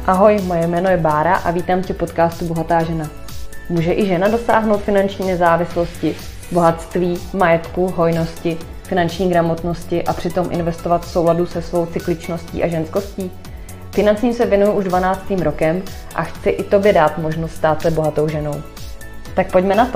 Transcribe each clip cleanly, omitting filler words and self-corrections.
Ahoj, moje jméno je Bára a vítám tě v podcastu Bohatá žena. Může i žena dosáhnout finanční nezávislosti, bohatství, majetku, hojnosti, finanční gramotnosti a přitom investovat v souladu se svou cykličností a ženskostí? Financím se věnuju už 12. rokem a chci i tobě dát možnost stát se bohatou ženou. Tak pojďme na to!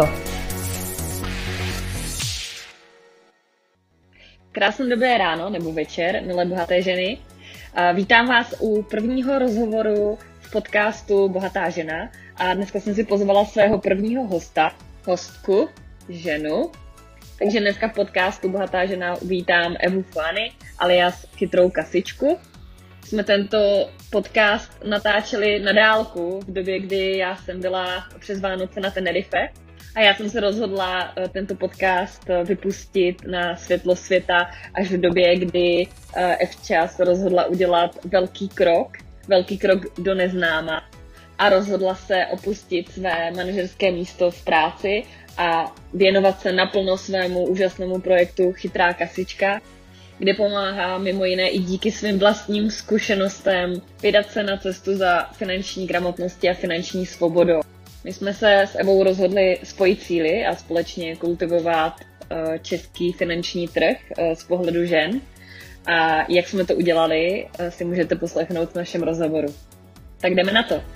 Krásné dobré ráno nebo večer, milé bohaté ženy. Vítám vás u prvního rozhovoru v podcastu Bohatá žena a dneska jsem si pozvala svého prvního hostku, ženu. Takže dneska v podcastu Bohatá žena vítám Evu Fuany alias Chytrou kasičku. Jsme tento podcast natáčeli na dálku v době, kdy já jsem byla přes Vánoce na Tenerife. A já jsem se rozhodla tento podcast vypustit na světlo světa až v době, kdy Evča se rozhodla udělat velký krok do neznáma a rozhodla se opustit své manažerské místo v práci a věnovat se naplno svému úžasnému projektu Chytrá kasička, kde pomáhá mimo jiné i díky svým vlastním zkušenostem vydat se na cestu za finanční gramotností a finanční svobodou. My jsme se s Evou rozhodli spojit síly a společně kultivovat český finanční trh z pohledu žen. A jak jsme to udělali, si můžete poslechnout v našem rozhovoru. Tak jdeme na to.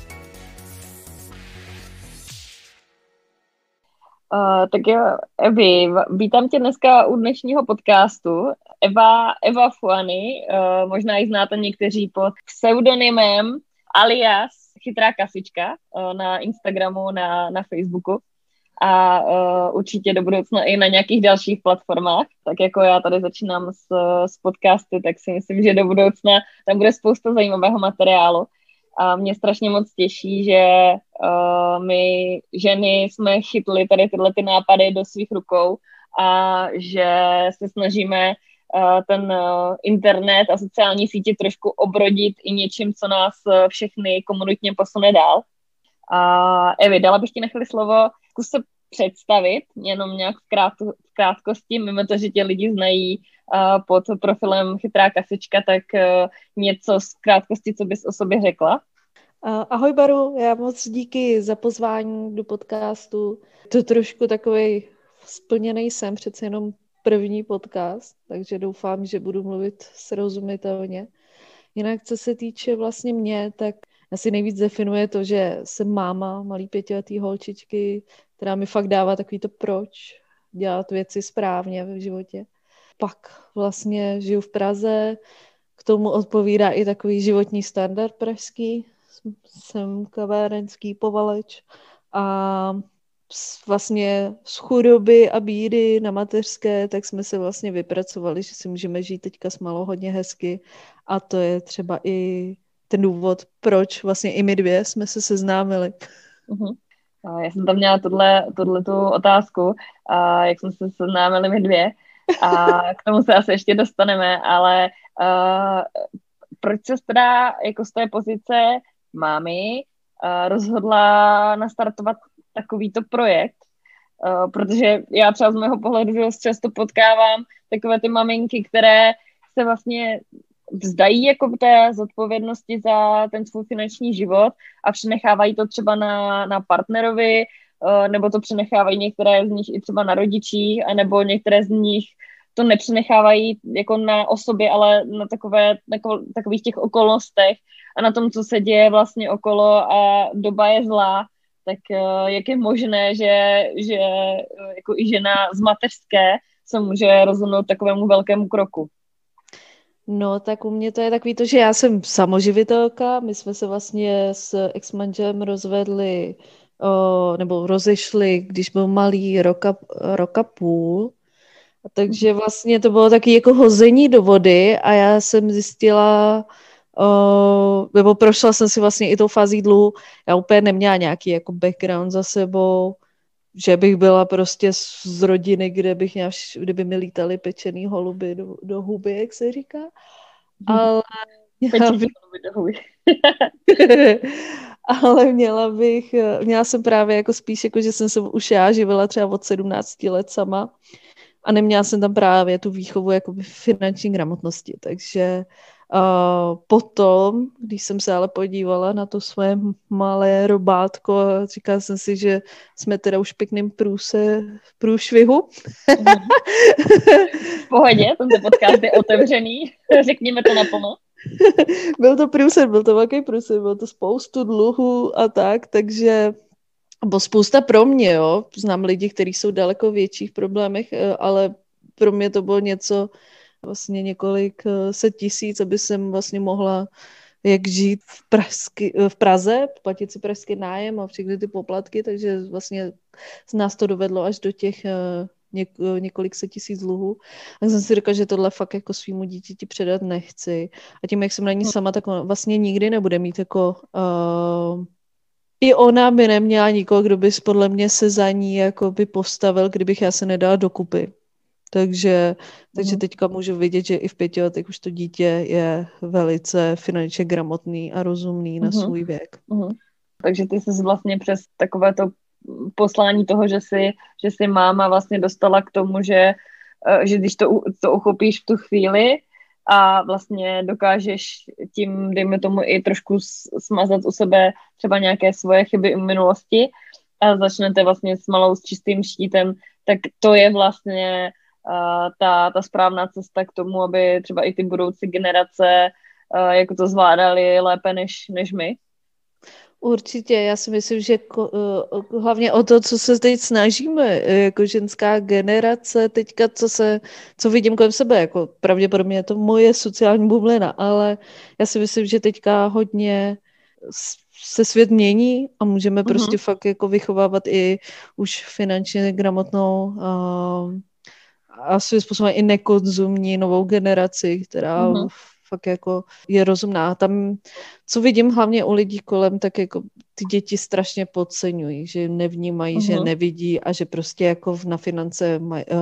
Tak jo, Evi, vítám tě dneska u dnešního podcastu. Eva Fuany, možná ji znáte někteří pod pseudonymem alias Chytrá kasička na Instagramu, na Facebooku a určitě do budoucna i na nějakých dalších platformách. Tak jako já tady začínám s podcasty, tak si myslím, že do budoucna tam bude spousta zajímavého materiálu. A mě strašně moc těší, že my ženy jsme chytli tady tyhle ty nápady do svých rukou a že se snažíme ten internet a sociální sítě trošku obrodit i něčím, co nás všechny komunitně posune dál. A Evi, dala bych ti na chvíli slovo, zkus se představit, jenom nějak v krátkosti, mimo to, že tě lidi znají pod profilem Chytrá kasička, tak něco z krátkosti, co bys o sobě řekla? Ahoj Baru, já moc díky za pozvání do podcastu. To trošku takovej splněnej jsem, přece jenom první podcast, takže doufám, že budu mluvit srozumitelně. Jinak, co se týče vlastně mě, tak asi nejvíc definuje to, že jsem máma malý 5letý holčičky, která mi fakt dává takový to proč dělat věci správně v životě. Pak vlastně žiju v Praze, k tomu odpovídá i takový životní standard pražský. Jsem kavárenský povaleč a vlastně z chudoby a bídy na mateřské, tak jsme se vlastně vypracovali, že si můžeme žít teďka s malou hodně hezky a to je třeba i ten důvod, proč vlastně i my dvě jsme se seznámili. Uh-huh. Já jsem tam měla tu otázku, jak jsme se seznámili my dvě a k tomu se asi ještě dostaneme, ale proč se teda jako z té pozice mámy rozhodla nastartovat takovýto projekt, protože já třeba z mého pohledu dost často potkávám takové ty maminky, které se vlastně vzdají jako té zodpovědnosti za ten svůj finanční život a přenechávají to třeba na partnerovi, nebo to přenechávají některé z nich i třeba na rodičích, anebo některé z nich to nepřenechávají jako na osobě, ale na takových těch okolnostech a na tom, co se děje vlastně okolo a doba je zlá, tak jak je možné, že jako i žena z mateřské se může rozhodnout takovému velkému kroku? No, tak u mě to je takový to, že já jsem samoživitelka, my jsme se vlastně s ex-manželem rozvedli, nebo rozešli, když byl malý roka půl, takže vlastně to bylo taky jako hození do vody a já jsem zjistila, nebo prošla jsem si vlastně i tou fází dluhu, já úplně neměla nějaký jako background za sebou, že bych byla prostě z rodiny, kde by mi lítaly pečený holuby do huby, jak se říká. Ale ale měla jsem právě jako spíš, jako, že jsem se už já živila třeba od 17 let sama a neměla jsem tam právě tu výchovu jakoby finanční gramotnosti, takže Potom, když jsem se ale podívala na to své malé robátko, říkala jsem si, že jsme teda už v pěkným průšvihu. V pohodě, tento podcast je otevřený, řekněme to naplno. Byl to průser, byl to velký průser, bylo to spoustu dluhů a tak, takže bo spousta pro mě, jo. Znám lidi, kteří jsou daleko větších problémech, ale pro mě to bylo něco, vlastně několik set tisíc, aby jsem vlastně mohla jak žít v Praze, platit si pražský nájem a všechny ty poplatky, takže vlastně z nás to dovedlo až do těch několik set tisíc dluhů. A jsem si říkala, že tohle fakt jako svýmu dítěti předat nechci. A tím, jak jsem na ní sama, tak vlastně nikdy nebude mít jako... I ona by neměla nikoho, kdo by podle mě se za ní jako by postavil, kdybych já se nedala dokupy. Takže teďka můžu vidět, že i v 5 letech už to dítě je velice finančně gramotný a rozumný na svůj věk. Takže ty jsi vlastně přes takovéto poslání toho, že jsi máma vlastně dostala k tomu, že když to uchopíš v tu chvíli a vlastně dokážeš tím, dejme tomu, i trošku smazat u sebe třeba nějaké svoje chyby v minulosti a začnete vlastně s čistým štítem, tak to je vlastně ta správná cesta k tomu, aby třeba i ty budoucí generace jako to zvládali lépe než my. Určitě, já si myslím, že hlavně o to, co se teď snažíme, jako ženská generace, teďka, co vidím kolem sebe, jako pravděpodobně je to moje sociální bublina, ale já si myslím, že teďka hodně se svět mění a můžeme prostě fakt jako vychovávat i už finančně gramotnou a svým způsobem i nekonzumní novou generaci, která fakt jako je rozumná. Tam, co vidím hlavně u lidí kolem, tak jako ty děti strašně podceňují, že nevnímají, že nevidí a že prostě jako na finance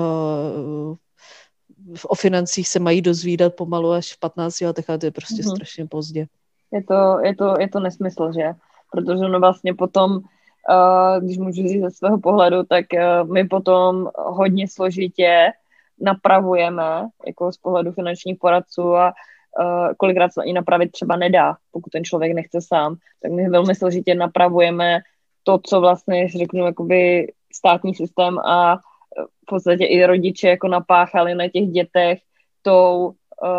o financích se mají dozvídat pomalu až v 15 letech, ale to je prostě strašně pozdě. Je to nesmysl, že? Protože no vlastně potom, když můžu říct ze svého pohledu, tak my potom hodně složitě napravujeme jako z pohledu finančních poradců a kolikrát se i napravit třeba nedá, pokud ten člověk nechce sám, tak my velmi složitě napravujeme to, co vlastně, řeknu, jakoby státní systém a v podstatě i rodiče jako napáchali na těch dětech tou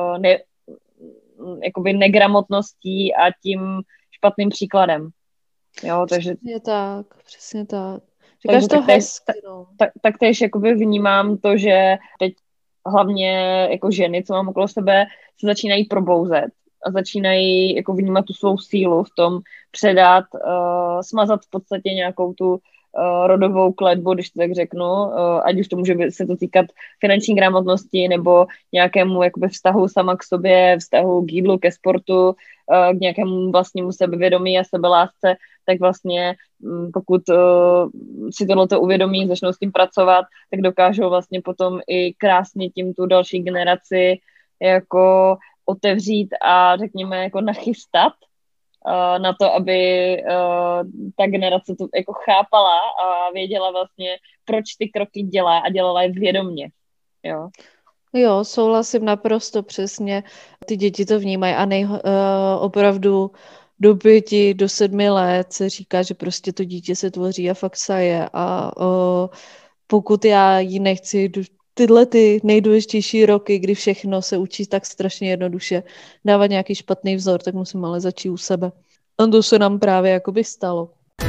jakoby negramotností a tím špatným příkladem. Jo, takže... Přesně tak. Říkáš to hezky, no. Tak též jakoby vnímám to, že teď hlavně jako ženy, co mám okolo sebe, se začínají probouzet a začínají jako vnímat tu svou sílu v tom předat, smazat v podstatě nějakou tu rodovou kletbu, když to tak řeknu, ať už to může se to týkat finanční gramotnosti nebo nějakému jakoby vztahu sama k sobě, vztahu k jídlu, ke sportu, k nějakému vlastnímu sebevědomí a sebelásce, tak vlastně pokud si tohleto uvědomí, začnou s tím pracovat, tak dokážou vlastně potom i krásně tím tu další generaci jako otevřít a řekněme jako nachystat na to, aby ta generace to jako chápala a věděla vlastně, proč ty kroky dělá a dělala je vědomně. Jo. Jo, souhlasím naprosto přesně. Ty děti to vnímají a opravdu do 5, do 7 let se říká, že prostě to dítě se tvoří a fakt saje a pokud já jí nechci tyhle ty nejdůležitější roky, kdy všechno se učí tak strašně jednoduše dávat nějaký špatný vzor, tak musím ale začít u sebe. A to se nám právě jakoby stalo.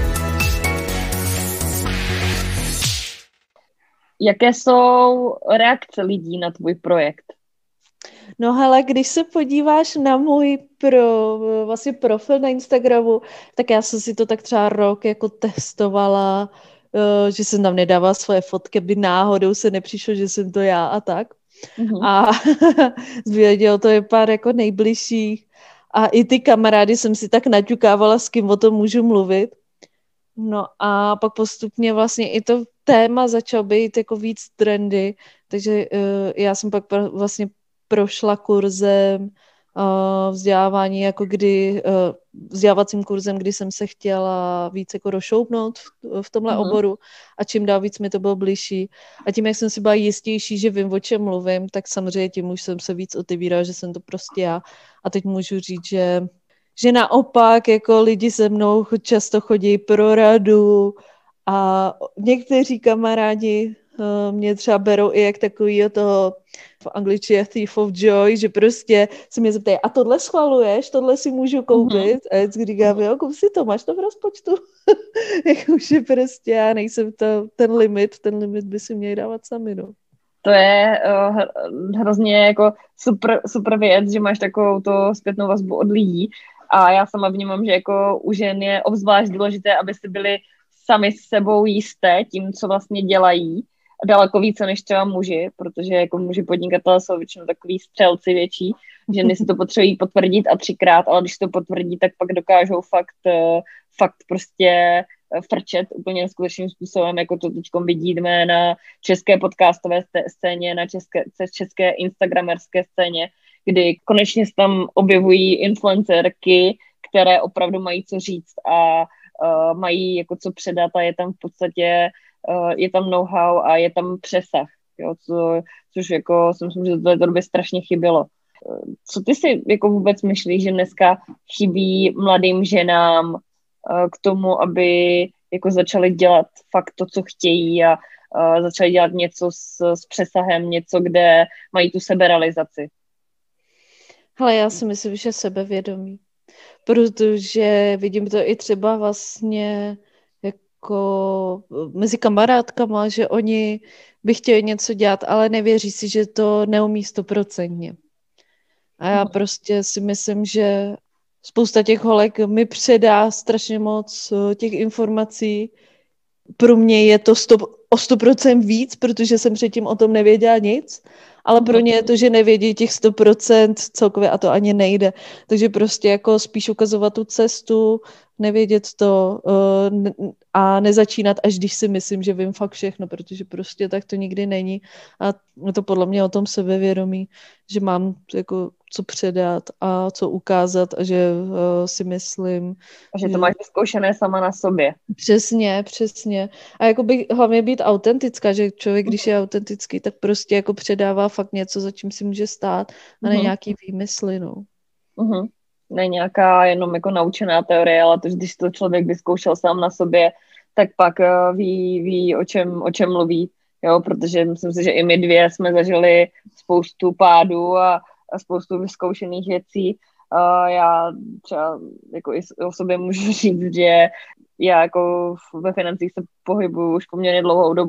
Jaké jsou reakce lidí na tvůj projekt? No hele, když se podíváš na můj vlastně profil na Instagramu, tak já jsem si to tak třeba rok jako testovala, že jsem tam nedávala svoje fotky, aby náhodou se nepřišlo, že jsem to já a tak. A zvědělo to je pár jako nejbližších. A i ty kamarády jsem si tak naťukávala, s kým o tom můžu mluvit. No a pak postupně vlastně i to téma začalo být jako víc trendy, takže já jsem pak vlastně prošla kurzem vzdělávání, jako vzdělávacím kurzem, kdy jsem se chtěla víc jako rozšoupnout v tomhle oboru a čím dál víc mi to bylo bližší. A tím, jak jsem si byla jistější, že vím, o čem mluvím, tak samozřejmě tím už jsem se víc otevírala, že jsem to prostě já. A teď můžu říct, že naopak jako lidi se mnou často chodí pro radu a někteří kamarádi mě třeba berou i jak takovýho toho v angličtině thief of joy, že prostě se mě zeptají, a tohle schvaluješ, tohle si můžu koupit? A já vždycky říkám, jo, kup si to, máš to v rozpočtu. Jakože prostě já nejsem ten limit by si měli dávat sami, no. To je hrozně jako super věc, že máš takovou to zpětnou vazbu od lidí a já sama vnímám, že jako u žen je obzvlášť důležité, aby si byli sami s sebou jisté tím, co vlastně dělají, daleko více než třeba muži, protože jako muži podnikatelé jsou většinou takový střelci větší, ženy si to potřebují potvrdit a 3krát, ale když to potvrdí, tak pak dokážou fakt prostě frčet úplně neskutečným způsobem, jako to teď vidíme na české podcastové scéně, na české instagramerské scéně, kdy konečně se tam objevují influencerky, které opravdu mají co říct a mají jako co předat a je tam v podstatě je tam know-how a je tam přesah, jo, což jako si myslím, že to v té době strašně chybělo. Co ty si jako vůbec myslíš, že dneska chybí mladým ženám k tomu, aby jako začali dělat fakt to, co chtějí a začali dělat něco s přesahem, něco, kde mají tu seberealizaci? Hele, já si myslím, že sebevědomí. Protože vidím to i třeba vlastně jako mezi kamarádkama, že oni by chtěli něco dělat, ale nevěří si, že to neumí 100%. A já prostě si myslím, že spousta těch holek mi předá strašně moc těch informací. Pro mě je to o 100% víc, protože jsem předtím o tom nevěděla nic, ale pro ně je to, že nevědí těch 100% celkově a to ani nejde. Takže prostě jako spíš ukazovat tu cestu, nevědět to a nezačínat, až když si myslím, že vím fakt všechno, protože prostě tak to nikdy není. A je to podle mě o tom sebevědomí, že mám jako co předat a co ukázat a že si myslím... A že to máš vyzkoušené sama na sobě. Přesně. A jako hlavně být autentická, že člověk, když je autentický, tak prostě jako předává fakt něco, za čím si může stát a ne nějaký výmysly, no. Ne nějaká jenom jako naučená teorie, ale to, když to člověk vyzkoušel sám na sobě, tak pak ví o čem mluví, jo, protože myslím si, že i my dvě jsme zažili spoustu pádů a spoustu vyzkoušených věcí. Já třeba jako i o sobě můžu říct, že já jako ve financích se pohybuju už poměrně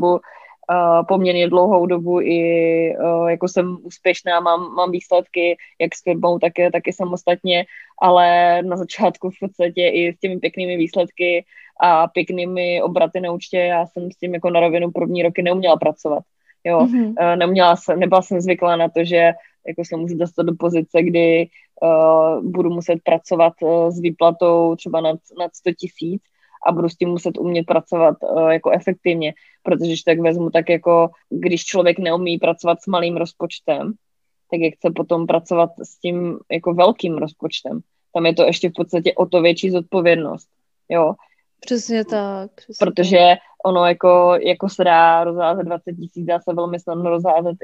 dlouhou dobu i jako jsem úspěšná, mám výsledky jak s firmou, taky samostatně, ale na začátku v podstatě i s těmi pěknými výsledky a pěknými obraty na účtě já jsem s tím jako na rovinu první roky neuměla pracovat. Jo, nebyla jsem zvyklá na to, že jako se můžu dostat do pozice, kdy budu muset pracovat s výplatou třeba nad 100 000 a budu s tím muset umět pracovat jako efektivně, protože když tak vezmu, tak jako když člověk neumí pracovat s malým rozpočtem, tak jak chce potom pracovat s tím jako velkým rozpočtem. Tam je to ještě v podstatě o to větší zodpovědnost, jo. Přesně tak. Protože ono jako se dá rozházet 20 000, dá se velmi snadno rozházet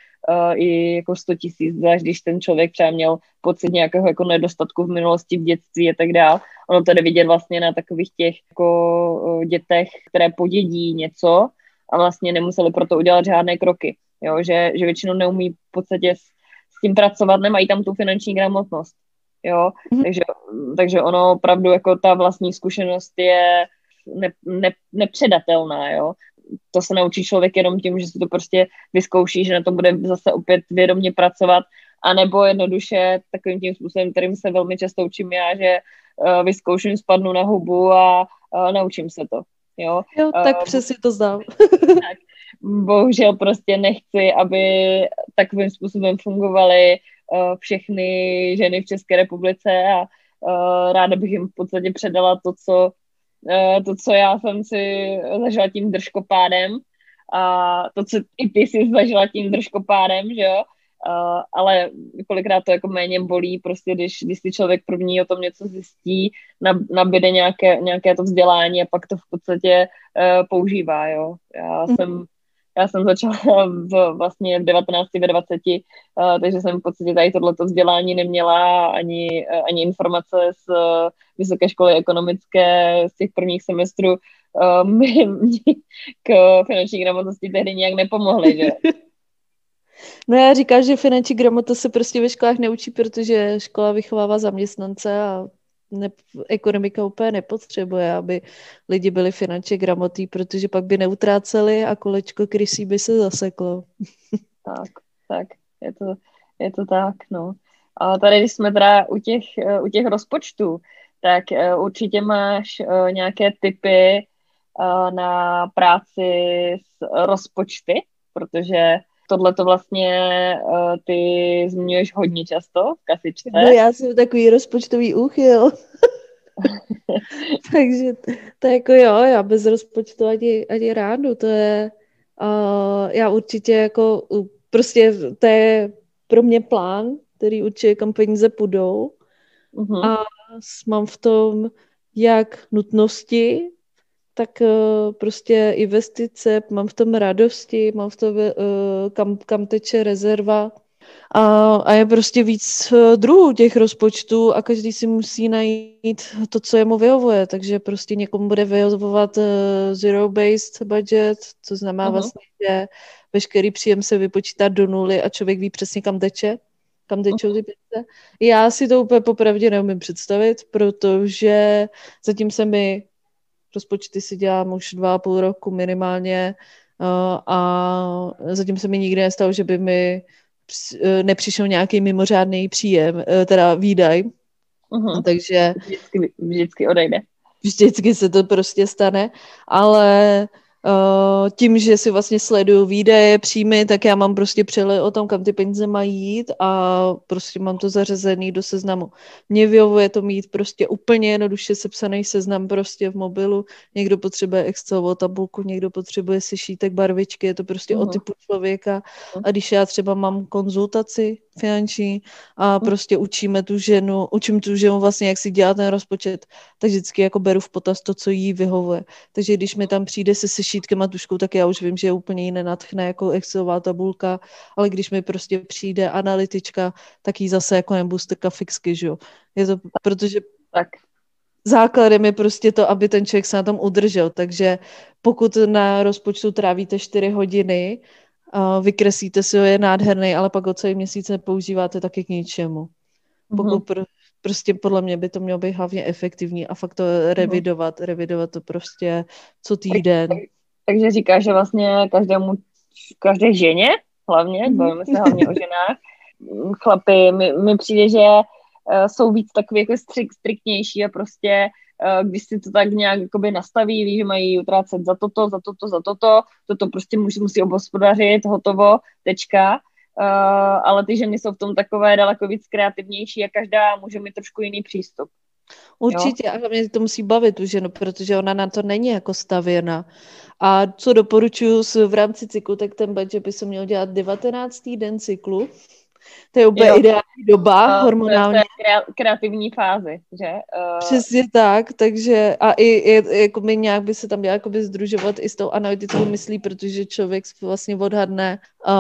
i jako 100 000, zvlášť když ten člověk třeba měl pocit nějakého jako nedostatku v minulosti, v dětství a tak dále. Ono to jde vidět vlastně na takových těch jako dětech, které podědí něco a vlastně nemuseli proto udělat žádné kroky. Jo? Že většinou neumí v podstatě s tím pracovat, nemají tam tu finanční gramotnost. Jo? Takže ono opravdu jako ta vlastní zkušenost je nepředatelná, jo. To se naučí člověk jenom tím, že si to prostě vyzkouší, že na to bude zase opět vědomě pracovat, anebo jednoduše takovým tím způsobem, kterým se velmi často učím já, že vyzkouším, spadnu na hubu a naučím se to. Jo, tak přesně to znám. Tak, bohužel prostě nechci, aby takovým způsobem fungovaly všechny ženy v České republice a ráda bych jim v podstatě předala to, co já jsem si zažila tím držkopádem a to, co i ty jsi zažila tím držkopádem, že jo, ale kolikrát to jako méně bolí, prostě když si člověk první o tom něco zjistí, nabíde nějaké to vzdělání a pak to v podstatě používá, jo. Já jsem Já jsem začala vlastně v 19, ve 20, takže jsem v podstatě tady tohleto vzdělání neměla, ani informace z vysoké školy ekonomické, z těch prvních semestrů mi k finanční gramotnosti tehdy nějak nepomohly, že? No já říkám, že finanční gramotnost se prostě ve školách neučí, protože škola vychovává zaměstnance a ekonomika úplně nepotřebuje, aby lidi byli finančně gramotní, protože pak by neutráceli a kolečko krysí by se zaseklo. Tak, je to tak, no. A tady, když jsme teda u těch rozpočtů, tak určitě máš nějaké tipy na práci s rozpočty, protože tohle to vlastně ty zmiňuješ hodně často v kasičce. No já jsem takový rozpočtový úchyl. Takže to jako jo, já bez rozpočtu ani rádu, to je já určitě jako prostě to je pro mě plán, který určitě kam peníze půjdou a mám v tom jak nutnosti, tak prostě investice, mám v tom radosti, mám v tom kam teče rezerva a je prostě víc druhů těch rozpočtů a každý si musí najít to, co jemu vyhovuje, takže prostě někomu bude vyhovovat zero-based budget, co znamená vlastně, že veškerý příjem se vypočítá do nuly a člověk ví přesně, kam tečou ty peníze. Já si to úplně popravdě neumím představit, protože zatím se mi rozpočty si dělám už 2,5 roku minimálně a zatím se mi nikdy nestalo, že by mi nepřišel nějaký mimořádný příjem, teda výdaj. Takže vždycky odejde. Vždycky se to prostě stane, ale tím, že si vlastně sleduju výdaje, příjmy, tak já mám prostě přehled o tom, kam ty peníze mají jít a prostě mám to zařazený do seznamu. Mně vyhovuje to mít prostě úplně jednoduše sepsaný seznam prostě v mobilu. Někdo potřebuje Excelovou tabulku, někdo potřebuje sešítek, barvičky, je to prostě o typu člověka. A když já třeba mám konzultaci finanční a prostě učím tu ženu vlastně, jak si dělat ten rozpočet, tak vždycky jako beru v potaz to, co jí vyhovuje. Takže když mi tam přijde se sešítkem a tuškou, tak já už vím, že je úplně jiné nadchne jako Excelová tabulka, ale když mi prostě přijde analytička, tak jí zase jako nebudu strkat fixky, že jo. Je to, protože tak. Základem je prostě to, aby ten člověk se na tom udržel, takže pokud na rozpočtu trávíte 4 hodiny, vykreslíte si ho, je nádherný, ale pak ho celý měsíc nepoužíváte taky k ničemu. Pokud prostě podle mě by to mělo být hlavně efektivní a fakt to revidovat to prostě co týden. Takže říkáš, že vlastně každé ženě, hlavně, bavíme se hlavně o ženách, chlapi, mi přijde, že jsou víc takový jako striktnější a prostě když si to tak nějak jakoby nastaví, ví, že mají utrácet za toto prostě musí obhospodařit, hotovo, tečka. Ale ty ženy jsou v tom takové daleko víc kreativnější a každá může mít trošku jiný přístup. Určitě, a hlavně to musí bavit tu ženu, protože ona na to není jako stavěna. A co doporučuji v rámci cyklu, tak ten budget by se měl dělat 19. den cyklu. To je úplně ideální doba hormonální. To je kreativní fázi, že? Přesně tak, takže a i jako by nějak by se tam měl združovat i s tou analytickou myslí, protože člověk vlastně odhadne,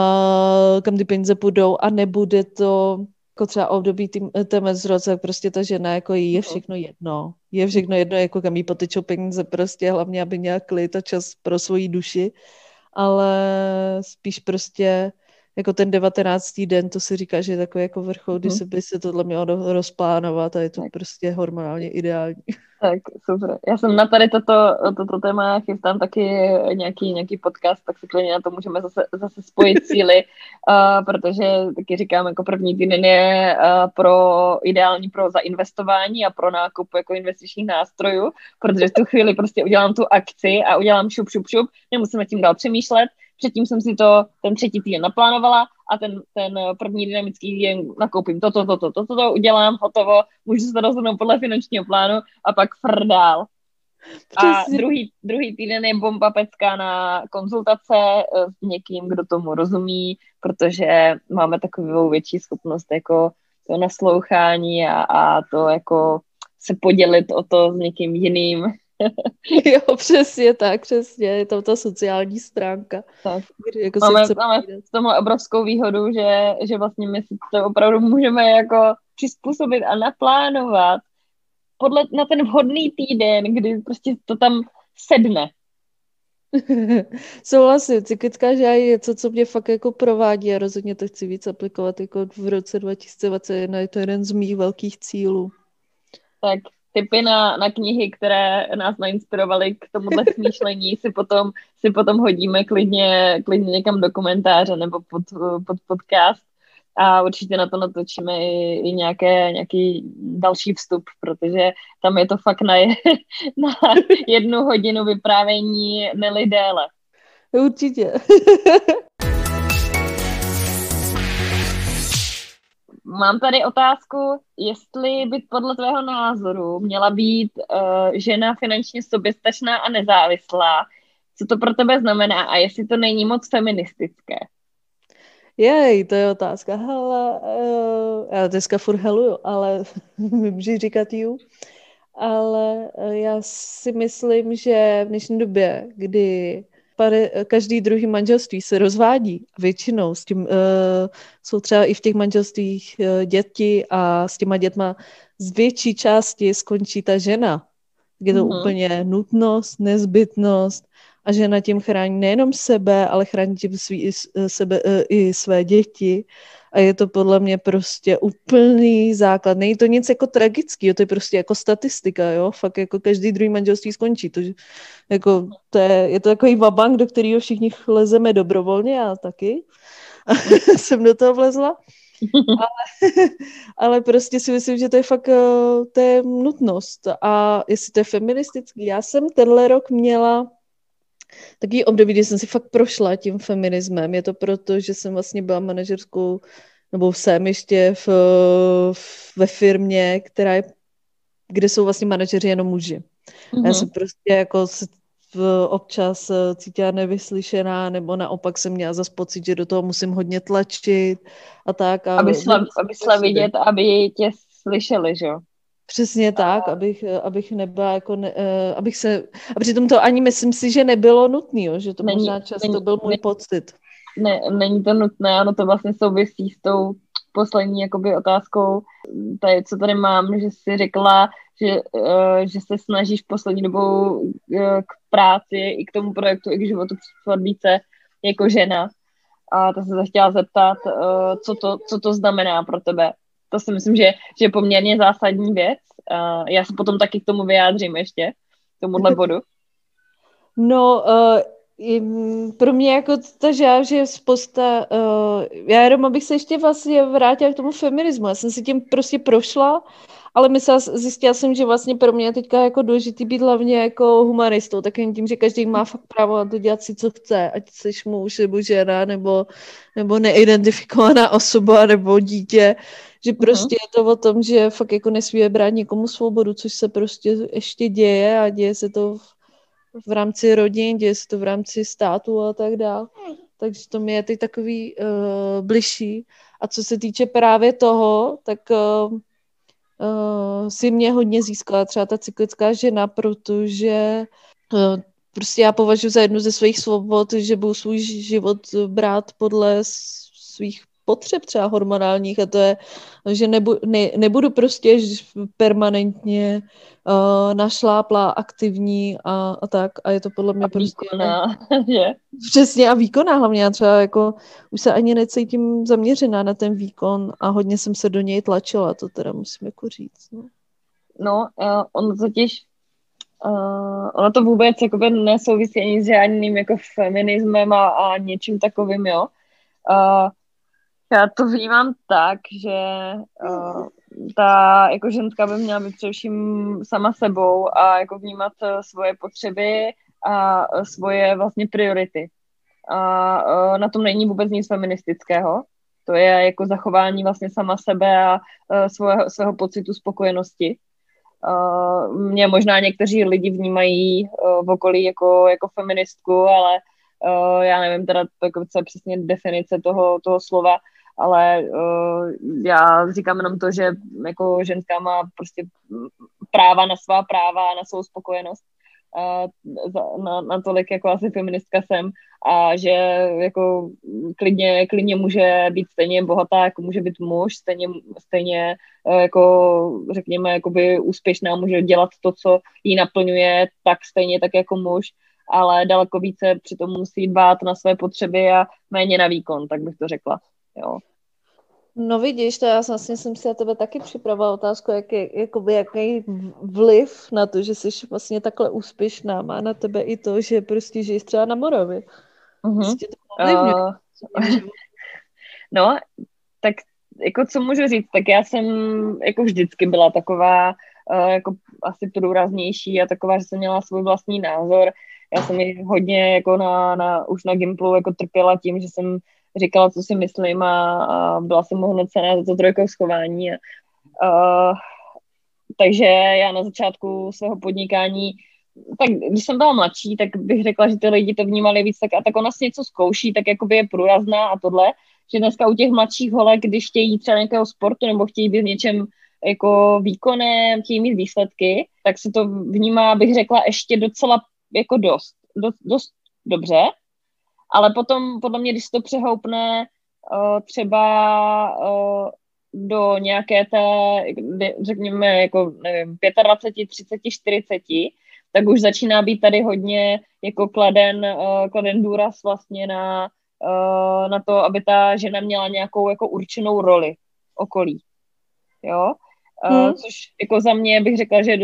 kam ty peníze půjdou a nebude to jako třeba období té menstruace, tak prostě ta žena jako jí je všechno jedno. Je všechno jedno, jako kam jí potečou peníze, prostě hlavně, aby měla klid a čas pro svoji duši, ale spíš prostě jako ten 19. den, to si říká, že je takový jako vrchol, kdy by se tohle mělo rozplánovat a je to prostě hormonálně ideální. Tak, super. Já jsem na tady toto téma chystám taky nějaký podcast, tak si klidně na to můžeme zase spojit síly, protože taky říkám, jako první týden je ideální pro zainvestování a pro nákup jako investičních nástrojů, protože v tu chvíli prostě udělám tu akci a udělám šup, nemusíme tím dál přemýšlet. Předtím jsem si to ten 3. týden naplánovala a ten první dynamický týden nakoupím toto, udělám, hotovo, můžu se to rozhodnout podle finančního plánu a pak dál. A druhý týden je bomba pecka na konzultace s někým, kdo tomu rozumí, protože máme takovou větší schopnost jako to naslouchání a to jako se podělit o to s někým jiným. Jo, přesně tak, přesně. Je tam ta sociální stránka. Tak. Kdy jako Máme v tomhle obrovskou výhodu, že vlastně my si to opravdu můžeme jako přizpůsobit a naplánovat na ten vhodný týden, kdy prostě to tam sedne. Souhlasím, cyklická žáj je něco, co mě fakt jako provádí a rozhodně to chci víc aplikovat jako v roce 2021, je to jeden z mých velkých cílů. Tak tipy na knihy, které nás nainspirovaly k tomuhle smýšlení, si potom hodíme klidně někam do komentáře nebo pod podcast a určitě na to natočíme i nějaký další vstup, protože tam je to fakt na 1 hodinu vyprávění, ne-li déle. Určitě. Mám tady otázku, jestli by podle tvého názoru měla být žena finančně soběstačná a nezávislá. Co to pro tebe znamená a jestli to není moc feministické? Jej, to je otázka. Hele, já dneska furt heluju, ale můžu říkat ju. Ale já si myslím, že v dnešní době, kdy každý druhý manželství se rozvádí, většinou s tím jsou třeba i v těch manželstvích děti a s těma dětma z větší části skončí ta žena. Je to úplně nutnost, nezbytnost a žena tím chrání nejenom sebe, ale chrání tím i své děti. A je to podle mě prostě úplný základ. Není to nic jako tragického, to je prostě jako statistika, jo? Fakt jako každý druhý manželství skončí. Je to takový vabank, do kterého všichni lezeme dobrovolně, já taky. Jsem do toho vlezla. Ale prostě si myslím, že to je fakt to je nutnost. A jestli to je feministický, já jsem tenhle rok měla takový období, kdy jsem si fakt prošla tím feminismem. Je to proto, že jsem vlastně byla manažerskou, nebo jsem ještě ve firmě, kde jsou vlastně manažeři jenom muži. Já jsem prostě jako občas cítila nevyslyšená, nebo naopak jsem měla zas pocit, že do toho musím hodně tlačit a tak. Aby šla vidět, aby tě slyšeli, že jo? Přesně tak, abych nebyla jako, a přitom to ani myslím si, že nebylo nutné, že to možná často byl můj pocit. Není to nutné, ono to vlastně souvisí s tou poslední jakoby otázkou, co tady mám, že jsi řekla, že se snažíš poslední dobou k práci i k tomu projektu, i k životu přistupovat více jako žena. A to jsem se chtěla zeptat, co to znamená pro tebe. To si myslím, že je poměrně zásadní věc. Já se potom taky k tomu vyjádřím ještě, k tomuhle bodu. No, pro mě jako ta žáv, že je spousta... já jenom abych se ještě vlastně vrátila k tomu feminismu. Já jsem si tím prostě prošla, ale zjistila jsem, že vlastně pro mě je teďka jako důležitý být hlavně jako humanistou, takým tím, že každý má fakt právo na to dělat si, co chce, ať jsi muž nebo žena, nebo neidentifikovaná osoba, nebo dítě, že prostě je to o tom, že fakt jako nesmíme brát někomu svobodu, což se prostě ještě děje a děje se to v rámci rodin, děje se to v rámci státu a tak dále. Takže to mi je teď takový bližší. A co se týče právě toho, tak si mě hodně získala třeba ta cyklická žena, protože prostě já považuji za jednu ze svých svobod, že budu svůj život brát podle svých potřeb třeba hormonálních a to je, že nebudu prostě permanentně našláplá, aktivní a tak a je to podle mě prostě že? Přesně a výkonná hlavně, já třeba jako už se ani necítím zaměřená na ten výkon a hodně jsem se do něj tlačila, to teda musím jako říct. Ono to vůbec jakoby nesouvisí ani s žádným jako feminismem a něčím takovým, jo. Já to vnímám tak, že ta jako ženská by měla být především sama sebou a jako vnímat svoje potřeby a svoje vlastně priority. A na tom není vůbec nic feministického. To je jako zachování vlastně sama sebe a svého pocitu spokojenosti. Mě možná někteří lidi vnímají v okolí jako feministku, ale já nevím teda, co je přesně definice toho slova, ale já říkám jenom to, že jako ženská má prostě práva na svá práva a na svou spokojenost natolik jako asi feministka jsem a že jako klidně může být stejně bohatá, jako může být muž, stejně jako řekněme jakoby úspěšná, může dělat to, co jí naplňuje, tak stejně tak jako muž, ale daleko více přitom musí dbát na své potřeby a méně na výkon, tak bych to řekla, jo. No vidíš, to já vlastně jsem si na tebe taky připravila otázku, jaký vliv na to, že jsi vlastně takhle úspěšná, má na tebe i to, že prostě žiješ třeba na Moravě. Prostě to ovlivňuje. No, tak jako co můžu říct, tak já jsem jako vždycky byla taková jako asi průraznější a taková, že jsem měla svůj vlastní názor. Já jsem ji hodně jako už na Gimplu jako trpěla tím, že jsem říkala, co si myslím a byla jsem hodnocená za to trojkou schování. Takže já na začátku svého podnikání, tak když jsem byla mladší, tak bych řekla, že ty lidi to vnímali víc tak ona si něco zkouší, tak jakoby je průrazná a tohle, že dneska u těch mladších holek, když chtějí třeba nějakého sportu nebo chtějí být v něčem jako výkonem, chtějí mít výsledky, tak se to vnímá, bych řekla, ještě docela jako dost dobře, ale potom podle mě, když to přehoupne třeba do nějaké té, řekněme, jako nevím, 25, 30, 40, tak už začíná být tady hodně jako kladen důraz vlastně na to, aby ta žena měla nějakou jako určenou roli okolí. Jo? Což jako za mě bych řekla, že je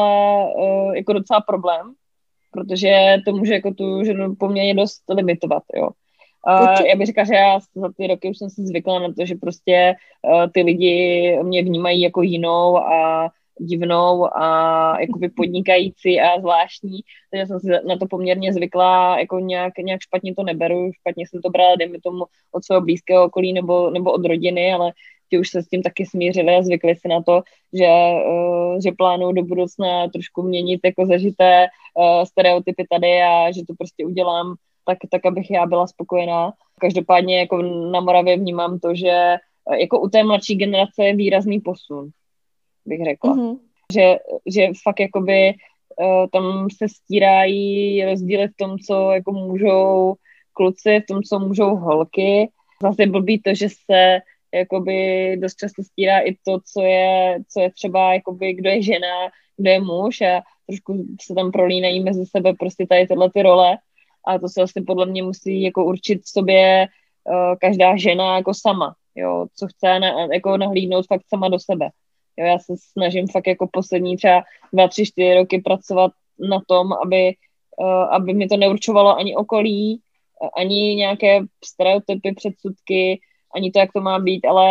docela problém, protože to může jako tu ženu poměrně dost limitovat, jo. Já bych řekla, že já za ty roky už jsem si zvykla na to, že prostě ty lidi mě vnímají jako jinou a divnou a jakoby podnikající a zvláštní, takže jsem si na to poměrně zvykla, jako nějak špatně to neberu, špatně jsem to brala, dejme tomu od svého blízkého okolí nebo od rodiny, ale ti už se s tím taky smířili a zvykli si na to, že plánuju do budoucna trošku měnit jako zažité stereotypy tady a že to prostě udělám tak, abych já byla spokojená. Každopádně jako na Moravě vnímám to, že jako u té mladší generace je výrazný posun, bych řekla. Mm-hmm. Že fakt jakoby tam se stírají rozdíly v tom, co jako můžou kluci, v tom, co můžou holky. Zase blbý to, že se jakoby dost často stírá i to, co je třeba jakoby, kdo je žena, kdo je muž a trošku se tam prolínají mezi sebe prostě tady tyhle ty role. A to se vlastně podle mě musí jako určit v sobě každá žena jako sama, jo, co chce jako nahlídnout fakt sama do sebe. Jo, já se snažím fakt jako poslední třeba 2, 3, 4 roky pracovat na tom, aby mi to neurčovalo ani okolí, ani nějaké stereotypy, předsudky, ani to, jak to má být, ale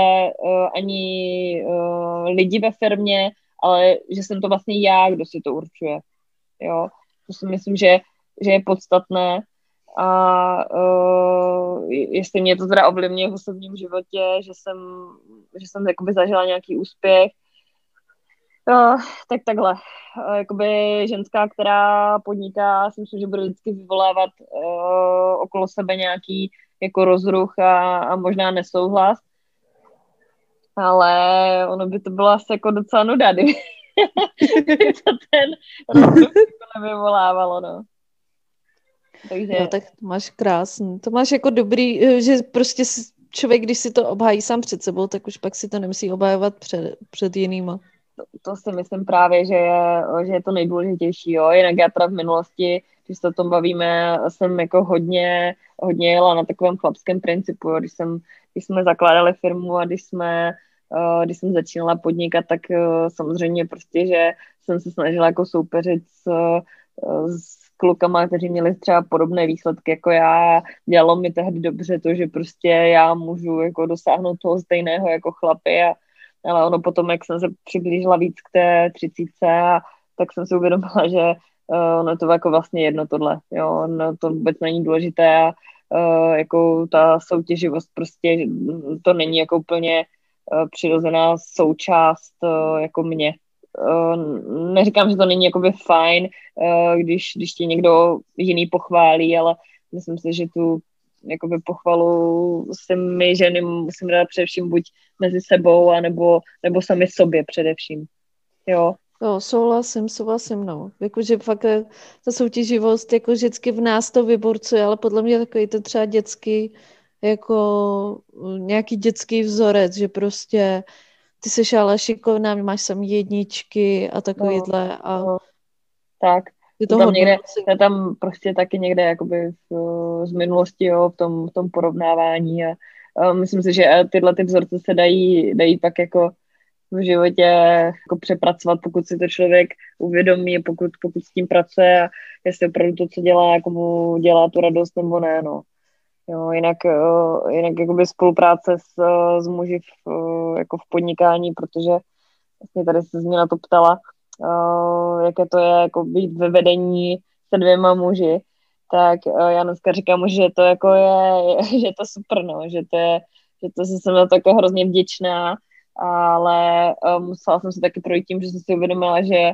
ani lidi ve firmě, ale že jsem to vlastně já, kdo si to určuje. Jo, to si myslím, že je podstatné a jestli mě to teda ovlivňuje v osobním životě, že jsem jakoby zažila nějaký úspěch, tak takhle. Jakoby ženská, která podniká, si myslím, že bude vždycky vyvolávat okolo sebe nějaký jako rozruch a možná nesouhlas, ale ono by to bylo asi jako docela nuda, kdyby to ten rozruch nevyvolávalo, no. Takže... No, tak to máš krásný. To máš jako dobrý, že prostě člověk, když si to obhájí sám před sebou, tak už pak si to nemusí obhajovat před jinýma. To si myslím právě, že je to nejdůležitější, jo. Jinak já teda v minulosti, když se o tom bavíme, jsem jako hodně jela na takovém chlapském principu, jo. Když jsme zakládali firmu a když jsem začínala podnikat, tak samozřejmě prostě, že jsem se snažila jako soupeřit s klukama, kteří měli třeba podobné výsledky jako já. Dělalo mi tehdy dobře to, že prostě já můžu jako dosáhnout toho stejného jako chlapy, ale ono potom, jak jsem se přiblížila víc k té 30, tak jsem si uvědomila, že ono to jako vlastně jedno tohle, jo, no, to vůbec není důležité a jako ta soutěživost prostě to není jako úplně přirozená součást jako mě. Neříkám, že to není jakoby fajn, když tě někdo jiný pochválí, ale myslím si, že tu jakoby pochvalu si my ženy musíme dát především buď mezi sebou, nebo sami sobě především. Jo. Jo, souhlasím, no. Jakože fakt ta soutěživost, jako vždycky v nás to vyburcuje, ale podle mě takový to třeba dětský, jako nějaký dětský vzorec, že prostě ty jsi ale šikovná, máš samý jedničky a takovýhle a no. Tak. je To to tam někde, hodnocení. to je tam prostě taky někde jakoby z minulosti, jo, v tom porovnávání a myslím si, že tyhle ty vzorce se dají pak jako v životě jako přepracovat, pokud si to člověk uvědomí, pokud s tím pracuje a jestli opravdu to, co dělá, jako mu dělá tu radost nebo ne, no. Jo, jinak jakoby spolupráce s muži jako v podnikání, protože vlastně tady se mě na to ptala, jaké to je jako být ve vedení se 2 muži, tak já dneska říkám, že to jako že to super, no, že jsem na to jako hrozně vděčná, ale musela jsem se taky projít tím, že jsem si uvědomila, že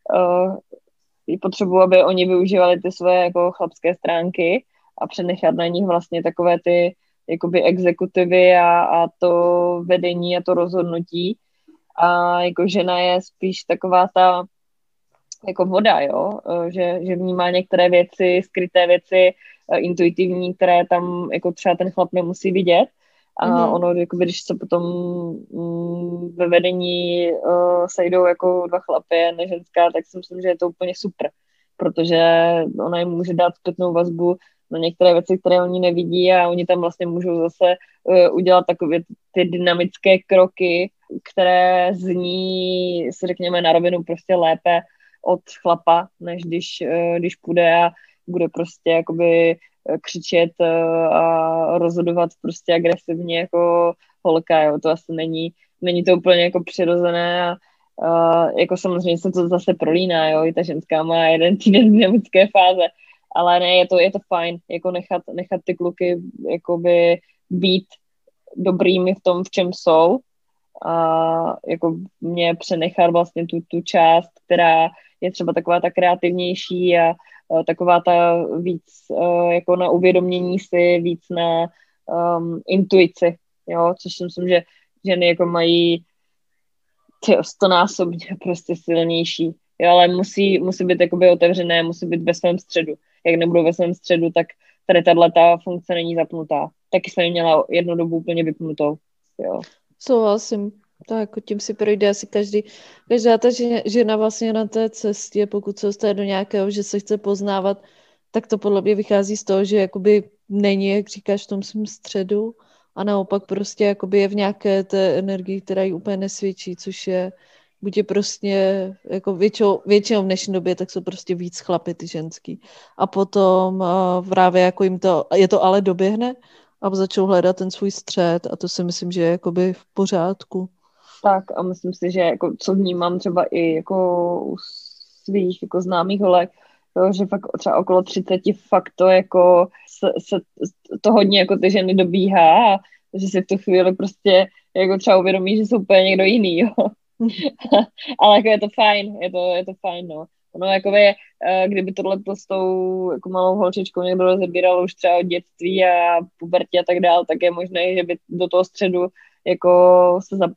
potřebuji, aby oni využívali ty svoje jako chlapské stránky a přenechat na nich vlastně takové ty jakoby exekutivy a to vedení a to rozhodnutí. A jako žena je spíš taková ta jako voda, jo, že vnímá některé věci, skryté věci, intuitivní, které tam jako třeba ten chlap nemusí vidět. A ono, jako když se potom ve vedení sejdou jako 2 chlapy a ne ženská, tak si myslím, že je to úplně super, protože ona jim může dát zpětnou vazbu na některé věci, které oni nevidí a oni tam vlastně můžou zase udělat takové ty dynamické kroky, které zní, si řekněme na rovinu, prostě lépe od chlapa, než když půjde a bude prostě jakoby křičet a rozhodovat prostě agresivně jako holka, jo, to asi není to úplně jako přirozené a jako samozřejmě se to zase prolíná, jo, i ta ženská má 1 týden dynamické fáze, ale ne, je to fajn, jako nechat ty kluky jakoby být dobrými v tom, v čem jsou a jako mě přenechat vlastně tu část, která je třeba taková ta kreativnější a taková ta víc jako na uvědomění si, víc na intuici, jo, což si myslím, že ženy jako mají 100násobně prostě silnější, jo, ale musí být jakoby otevřené, musí být ve svém středu. Jak nebudou ve svém středu, tak tady tato funkce není zapnutá. Taky jsem ji měla 1 dobu úplně vypnutou, jo. Souhlasím. Tak jako tím si projde asi každá ta žena vlastně na té cestě, pokud se dostane do nějakého, že se chce poznávat, tak to podle mě vychází z toho, že jakoby není, jak říkáš, v tom svém středu a naopak prostě jakoby je v nějaké té energii, která jí úplně nesvědčí, což je buď je prostě jako většinou v dnešní době, tak jsou prostě víc chlapy ty ženský. A potom právě jako je to ale doběhne a začnou hledat ten svůj střed a to si myslím, že je jakoby v pořádku. Tak a myslím si, že jako, co vnímám třeba i jako u svých jako známých holek, jo, že fakt třeba okolo 30 fakt to jako se to hodně jako ty ženy dobíhá a že si v tu chvíli prostě jako třeba uvědomí, že jsou úplně někdo jiný, jo. Ale jako je to fajn, no. Ono jakoby, kdyby tohle s tou jako malou holčičkou někdo rozebíral už třeba od dětství a pubertě a tak dál, tak je možné, že by do toho středu jako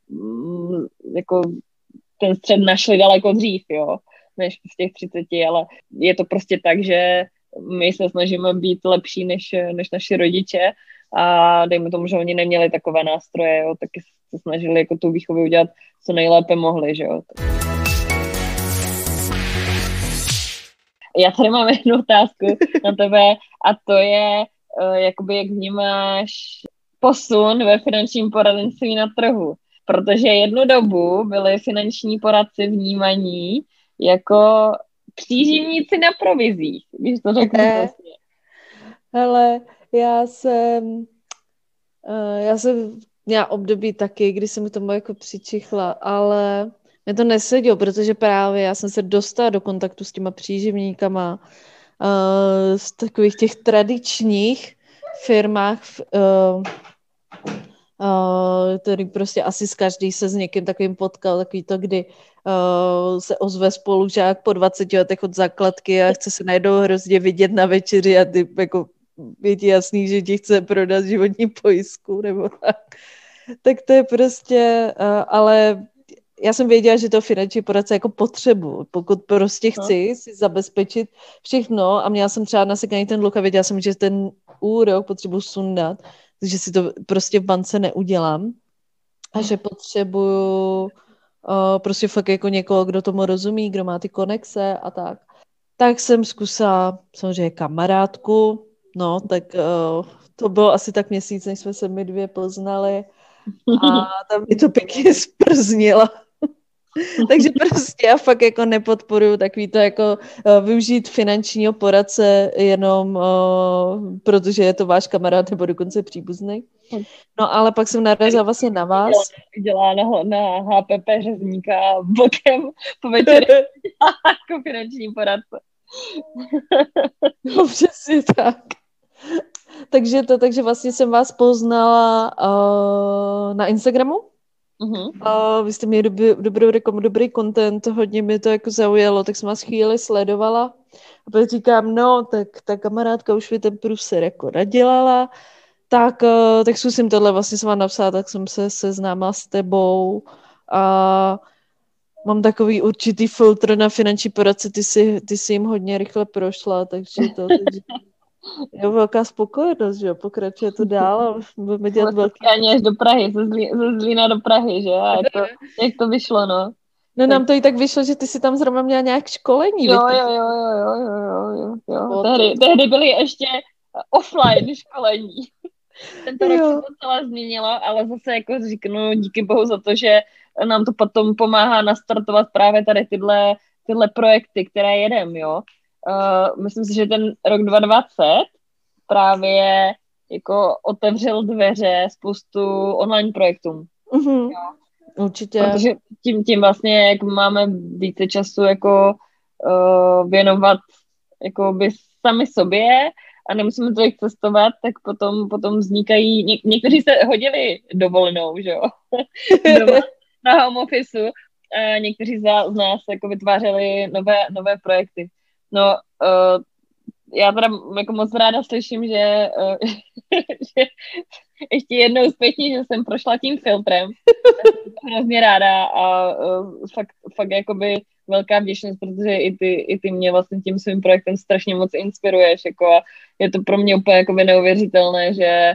jako ten střed našli daleko dřív, jo, než v těch 30, ale je to prostě tak, že my se snažíme být lepší než naši rodiče a dejme tomu, že oni neměli takové nástroje, jo, taky se snažili jako tu výchovu udělat co nejlépe mohli, že jo. Já tady mám 1 otázku na tebe a to je, jakoby jak vnímáš posun ve finančním poradenství na trhu, protože 1 dobu byli finanční poradci vnímaní jako příživníci na provizích, když to řeknu vlastně. Hele, já jsem měla období taky, kdy jsem mi tomu jako přičichla, ale mě to nesedělo, protože právě já jsem se dostala do kontaktu s těma příživníkama z takových těch tradičních firmách, který prostě asi každý se s někým takovým potkal, takový to, kdy se ozve spolužák po 20 letech od základky a chce se najednou hrozně vidět na večeři a ty jako je ti jasný, že ti chce prodat životní pojistku nebo tak. Tak to je prostě, ale já jsem věděla, že to finanční poradce jako potřebuji, pokud prostě chci si zabezpečit všechno a měla jsem třeba nasekaný ten dluh a věděla jsem, že ten úrok potřebuji sundat, takže si to prostě v bance neudělám a že potřebuju prostě fakt jako někoho, kdo tomu rozumí, kdo má ty konexe a tak. Tak jsem zkusila samozřejmě kamarádku, no, tak to bylo asi tak měsíc, než jsme se my dvě poznali a tam mi to pěkně sprznila. Takže prostě já fakt jako nepodporuju takový to jako využít finančního poradce jenom protože je to váš kamarád nebo dokonce příbuzný. No ale pak jsem narazila vlastně na vás. Dělá na HPP řezníka bokem po večeře jako finanční poradce. No přesně tak. Takže vlastně jsem vás poznala na Instagramu. Vy jste měli dobrou reklamu, dobrý content, hodně mi to jako zaujalo, tak jsem vás chvíli sledovala a pak říkám, no, tak ta kamarádka už mi ten průser jako nadělala, tak zkusím tohle, vlastně jsem vám napsala, tak jsem se seznámila s tebou a mám takový určitý filtr na finanční poradce, ty si jim hodně rychle prošla, takže je velká spokojenost, že jo, pokračuje to dál a budeme dělat velký... Až do Prahy, ze Zlína do Prahy, že jo, jak to vyšlo, no. No nám to i tak vyšlo, že ty si tam zrovna měla nějak školení. Jo. Tehdy byly ještě offline školení. Tento rok se to celé změnilo, ale zase jako říknu díky bohu za to, že nám to potom pomáhá nastartovat právě tady tyhle projekty, které jedem, jo. Myslím si, že ten rok 2020 právě jako otevřel dveře spoustu online projektům. Mm-hmm. Určitě. Protože tím vlastně, jak máme více času jako věnovat jako by sami sobě a nemusíme tolik cestovat, tak potom vznikají, někteří se hodili dovolenou, že jo, na home officeu a někteří z nás jako vytvářeli nové projekty. No, já teda jako moc ráda slyším, že ještě jednou zpětně, že jsem prošla tím filtrem. Jsem hrozně ráda a fakt jakoby velká vděčnost, protože i ty mě vlastně tím svým projektem strašně moc inspiruješ, jako a je to pro mě úplně jakoby neuvěřitelné, že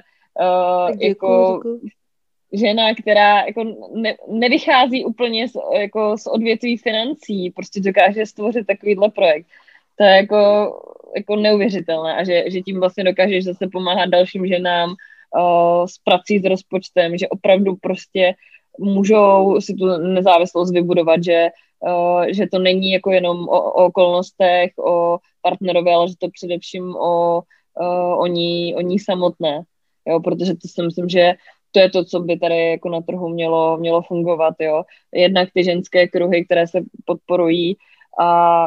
jako žena, která jako nevychází úplně z odvětví financí, prostě dokáže stvořit takovýhle projekt. To je jako neuvěřitelné a že tím vlastně dokážeš zase pomáhat dalším ženám s prací s rozpočtem, že opravdu prostě můžou si tu nezávislost vybudovat, že to není jako jenom o okolnostech, o partnerovi, ale že to především o ní samotné. Jo, protože to si myslím, že to je to, co by tady jako na trhu mělo fungovat. Jo. Jednak ty ženské kruhy, které se podporují, a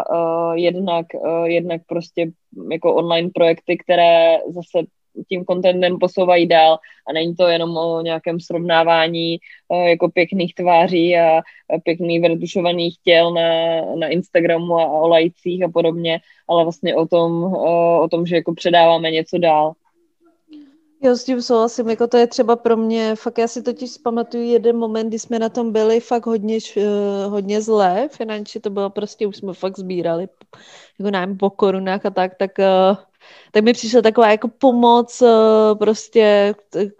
jednak prostě jako online projekty, které zase tím contentem posouvají dál a není to jenom o nějakém srovnávání jako pěkných tváří a pěkných vyretušovaných těl na Instagramu a o lajcích a podobně, ale vlastně o tom, že jako předáváme něco dál. Jo, s tím souhlasím, jako to je třeba pro mě, fakt já si totiž pamatuju jeden moment, kdy jsme na tom byli fakt hodně zlé finančně, to bylo prostě, už jsme fakt sbírali, jako nevím, po korunách a tak mi přišla taková jako pomoc prostě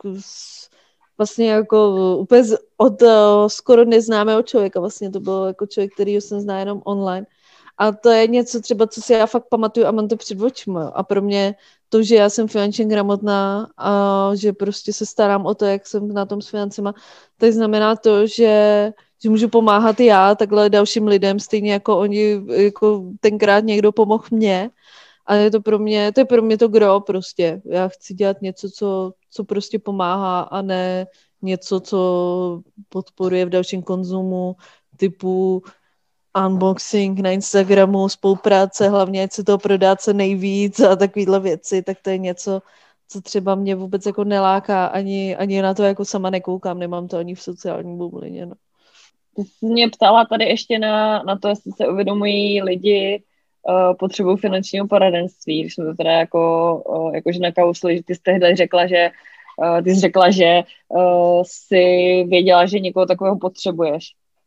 vlastně jako úplně od skoro neznámého člověka, vlastně to byl jako člověk, kterýho jsem zná jenom online. A to je něco třeba, co si já fakt pamatuju a mám to před očima. A pro mě to, že já jsem finančně gramotná a že prostě se starám o to, jak jsem na tom s financema, tak znamená to, že můžu pomáhat já takhle dalším lidem, stejně jako oni, jako tenkrát někdo pomohl mně. A je pro mě to gro prostě. Já chci dělat něco, co prostě pomáhá a ne něco, co podporuje v dalším konzumu typu unboxing na Instagramu, spolupráce, hlavně ať se toho prodá co nejvíc a takovýhle věci, tak to je něco, co třeba mě vůbec jako neláká, ani na to jako sama nekoukám, nemám to ani v sociální bublině. No. Ty jsi mě ptala tady ještě na to, jestli se uvědomují lidi potřebu finančního poradenství, když jsme to teda jako žena kausli, že ty jsi tehdy řekla, že jsi věděla, že někoho takového potřebuješ.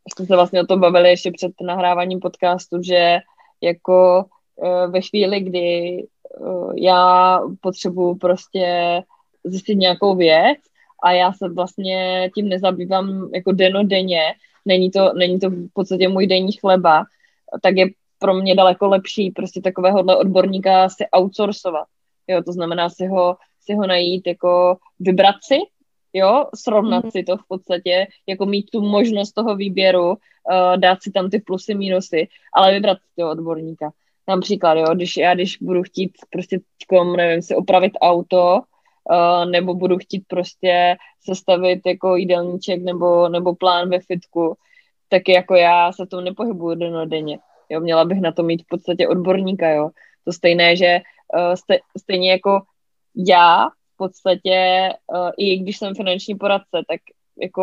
jsme se vlastně o tom bavili ještě před nahráváním podcastu, že jako ve chvíli, kdy já potřebuju prostě zjistit nějakou věc a já se vlastně tím nezabývám jako dennodenně, není to v podstatě můj denní chleba, tak je pro mě daleko lepší prostě takovéhohle odborníka si outsourcovat. Jo, to znamená si ho najít, jako vybrat si, jo, srovnat si to v podstatě, jako mít tu možnost toho výběru, dát si tam ty plusy, minusy, ale vybrat si toho odborníka. Například, jo, když budu chtít prostě nevím, si opravit auto, nebo budu chtít prostě sestavit jako jídelníček nebo plán ve fitku, tak jako já se v tom nepohybuju dennodenně. Jo, měla bych na to mít v podstatě odborníka, jo. To stejné, že stejně jako já v podstatě, i když jsem finanční poradce, tak jako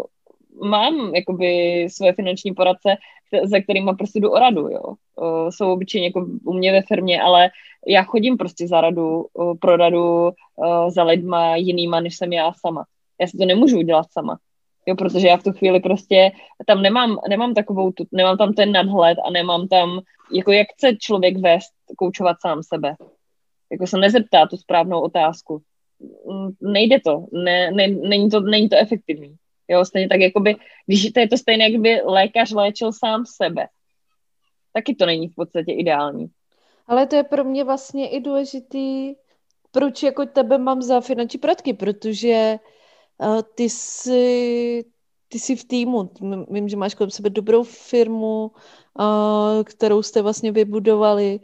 mám jakoby své finanční poradce, za kterými prostě jdu o radu, jo. Jsou obyčejně jako u mě ve firmě, ale já chodím prostě za radu, pro radu za lidma jinýma, než jsem já sama. Já si to nemůžu udělat sama. Jo, protože já v tu chvíli prostě tam nemám nemám tam ten nadhled a nemám tam, jako jak chce člověk vést, koučovat sám sebe. Jako se nezeptá tu správnou otázku. Nejde to. Není to efektivní. Jo, stejně tak, jakoby, když to je to stejné, jak by lékař léčil sám sebe. Taky to není v podstatě ideální. Ale to je pro mě vlastně i důležitý, proč jako tebe mám za finanční poradky, protože ty jsi v týmu. Vím, že máš kolem sebe dobrou firmu, kterou jste vlastně vybudovali.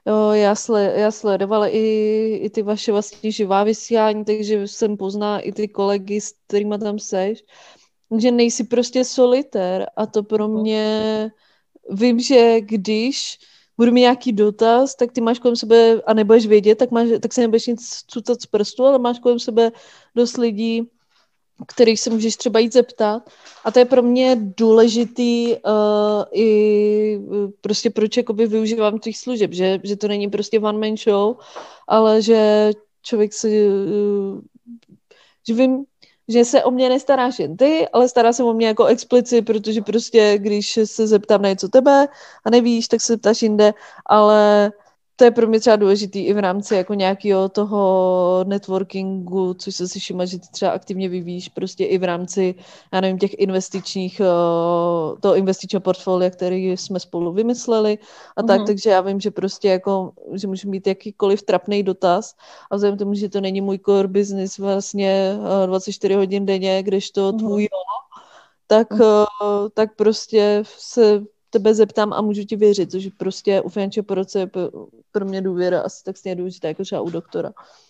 Já sledovala i ty vaše vlastně živá vysílání, takže jsem poznala i ty kolegy, s kterými tam seš. Takže nejsi prostě solitér a to pro mě, vím, že když budu mít nějaký dotaz, tak ty máš kolem sebe a nebudeš vědět, tak se nebudeš nic cucat z prstu, ale máš kolem sebe dost lidí, kterých se můžeš třeba jít zeptat. A to je pro mě důležitý i prostě proč jakoby využívám těch služeb, že to není prostě one man show, ale že člověk se že vím, že se o mě nestaráš jen ty, ale stará se o mě jako explicit, protože prostě když se zeptám na něco tebe a nevíš, tak se ptáš jinde, ale to je pro mě třeba důležitý i v rámci jako nějakého toho networkingu, což se si všimla, že ty třeba aktivně vyvíjíš prostě i v rámci, já nevím, těch toho investičního portfolia, který jsme spolu vymysleli a tak, takže já vím, že prostě jako, že můžu mít jakýkoliv trapný dotaz a vzhledem tomu, že to není můj core business vlastně 24 hodin denně, kdežto tvůj tak prostě se tebe zeptám a můžu ti věřit, což prostě u finančního poradce je pro mě důvěra asi tak stejně důležitá jako třeba u doktora.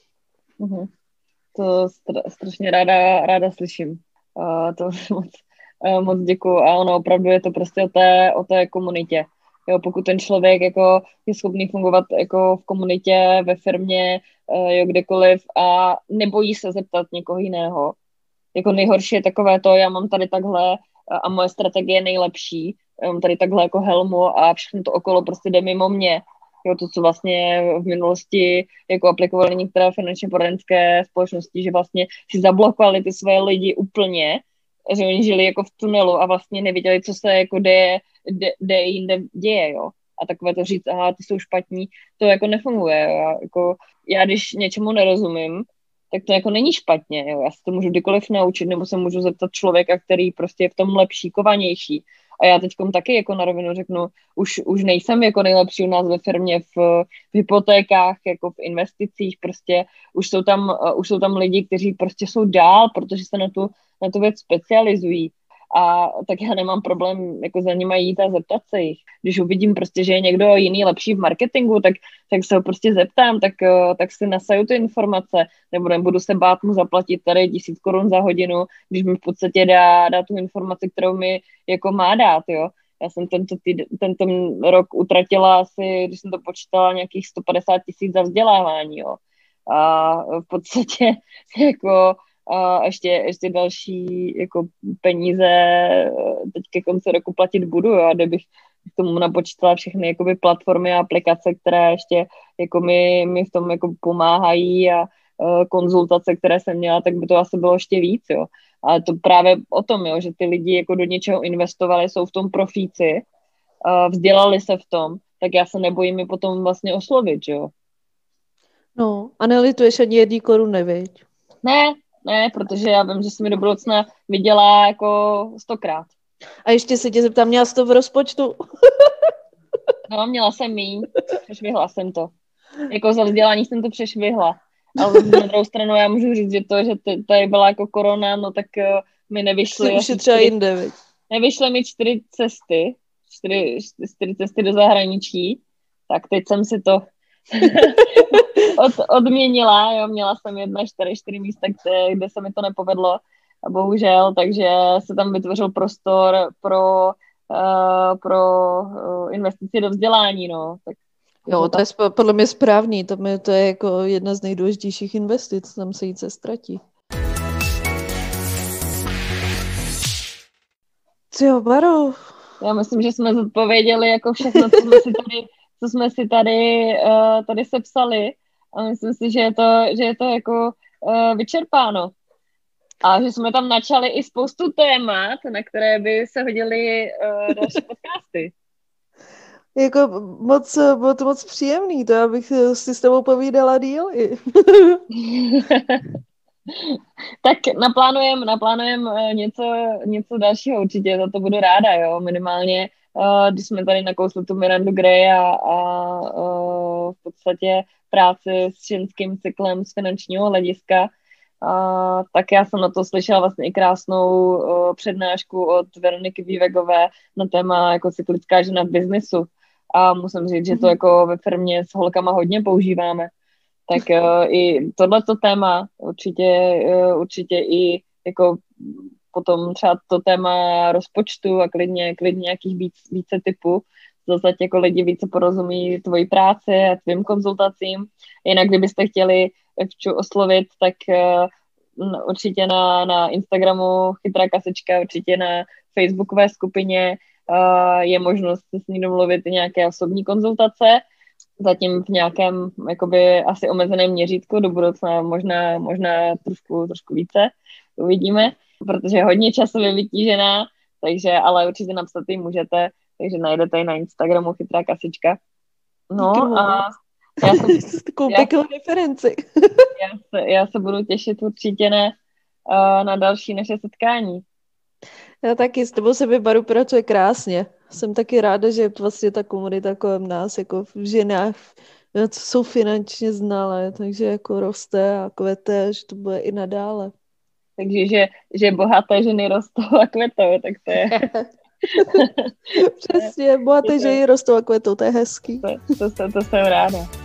To strašně ráda slyším. To moc děkuju. A ono opravdu je to prostě o té komunitě. Jo, pokud ten člověk jako je schopný fungovat jako v komunitě, ve firmě, jo, kdekoliv a nebojí se zeptat někoho jiného. Jako nejhorší je takové to, já mám tady takhle a moje strategie je nejlepší, mám tady takhle jako helmu a všechno to okolo prostě jde mimo mě. Jo, to, co vlastně v minulosti jako aplikovali některé finančně poradenské společnosti, že vlastně si zablokovali ty své lidi úplně, že oni žili jako v tunelu a vlastně nevěděli, co se jako jinde děje, jo. A takové to říct, aha, ty jsou špatní, to jako nefunguje, jo. Já když něčemu nerozumím, tak to jako není špatně, jo. Já se to můžu kdykoliv naučit, nebo se můžu zeptat člověka, který prostě je v tom lepší, kovanější. A já teďkom taky jako na rovinu řeknu, už nejsem jako nejlepší u nás ve firmě v hypotékách, jako v investicích, prostě už jsou tam lidi, kteří prostě jsou dál, protože se na tu věc specializují. A tak já nemám problém jako za nima jít a zeptat se jich. Když uvidím prostě, že je někdo jiný lepší v marketingu, tak se ho prostě zeptám, tak si nasaju ty informace, nebo nebudu se bát mu zaplatit tady 1000 korun za hodinu, když mi v podstatě dá tu informaci, kterou mi jako má dát, jo. Já jsem tento rok utratila asi, když jsem to počítala, nějakých 150 000 za vzdělávání, jo. A v podstatě jako a ještě další jako peníze teď ke konci roku platit budu, jo, a kdybych k tomu napočítala všechny jakoby platformy a aplikace, které ještě jako mi v tom jako pomáhají a konzultace, které jsem měla, tak by to asi bylo ještě víc, jo. Ale to právě o tom, jo, že ty lidi jako do něčeho investovali, jsou v tom profíci, vzdělali se v tom, tak já se nebojím je potom vlastně oslovit, jo. No, a nelituješ ani 1 koruny, viď? Ne, protože já vím, že se mi do budoucna vydělá jako 100krát. A ještě se tě zeptám, měla jsi to v rozpočtu? No, měla jsem míň, přešvihla jsem to. Jako za vzdělání jsem to přešvihla. Ale na druhou stranu já můžu říct, že tady byla jako korona, no tak mi nevyšly... Už je třeba jinde, viď? Nevyšly mi 4 cesty, 4 cesty do zahraničí, tak teď jsem si to odměnila, jo, měla jsem 4 místa, kde se mi to nepovedlo, a bohužel, takže se tam vytvořil prostor pro investici do vzdělání, no. Tak, jo, to je podle mě správný, to je jako jedna z nejdůležitějších investic, tam se nic ztratí. Jo, Baro. Já myslím, že jsme zodpověděli jako všechno, co jsme si tady sepsali, a myslím si, že je to jako vyčerpáno. A že jsme tam načali i spoustu témat, na které by se hodily další podcasty. Jako bylo to moc příjemný, to já bych si s tebou povídala díl. Tak naplánujem něco dalšího určitě, za to budu ráda, jo, minimálně, když jsme tady nakousli tu Mirandu Gray a v podstatě práci s ženským cyklem z finančního hlediska, tak já jsem na to slyšela vlastně i krásnou přednášku od Veroniky Vývegové na téma jako cyklická žena v biznisu, a musím říct, že to jako ve firmě s holkama hodně používáme. Tak i tohleto téma určitě i jako potom třeba to téma rozpočtu a klidně nějakých více typů, zase jako lidi více porozumí tvojí práci a tvým konzultacím. Jinak kdybyste chtěli Evču oslovit, tak určitě na Instagramu Chytrá kasička, určitě na facebookové skupině je možnost s ní domluvit nějaké osobní konzultace, zatím v nějakém jakoby asi omezeném měřítku, do budoucna možná trošku více, uvidíme, protože je hodně časově vytížená, takže ale určitě napsat jí můžete, takže najdete ji na Instagramu Chytrá kasička. No a takovou referenci. Já se budu těšit určitě na další naše setkání. Já taky, s tebou se mi, Baru, pracuje krásně. Jsem taky ráda, že vlastně ta komunita kolem nás, jako v ženách, co jsou finančně znalé, takže jako roste a kvete, že to bude i nadále. Takže, že bohaté ženy rostou a kvetou, tak to je... Přesně, bohaté ženy rostou a kvetou, to je hezký. To jsem ráda.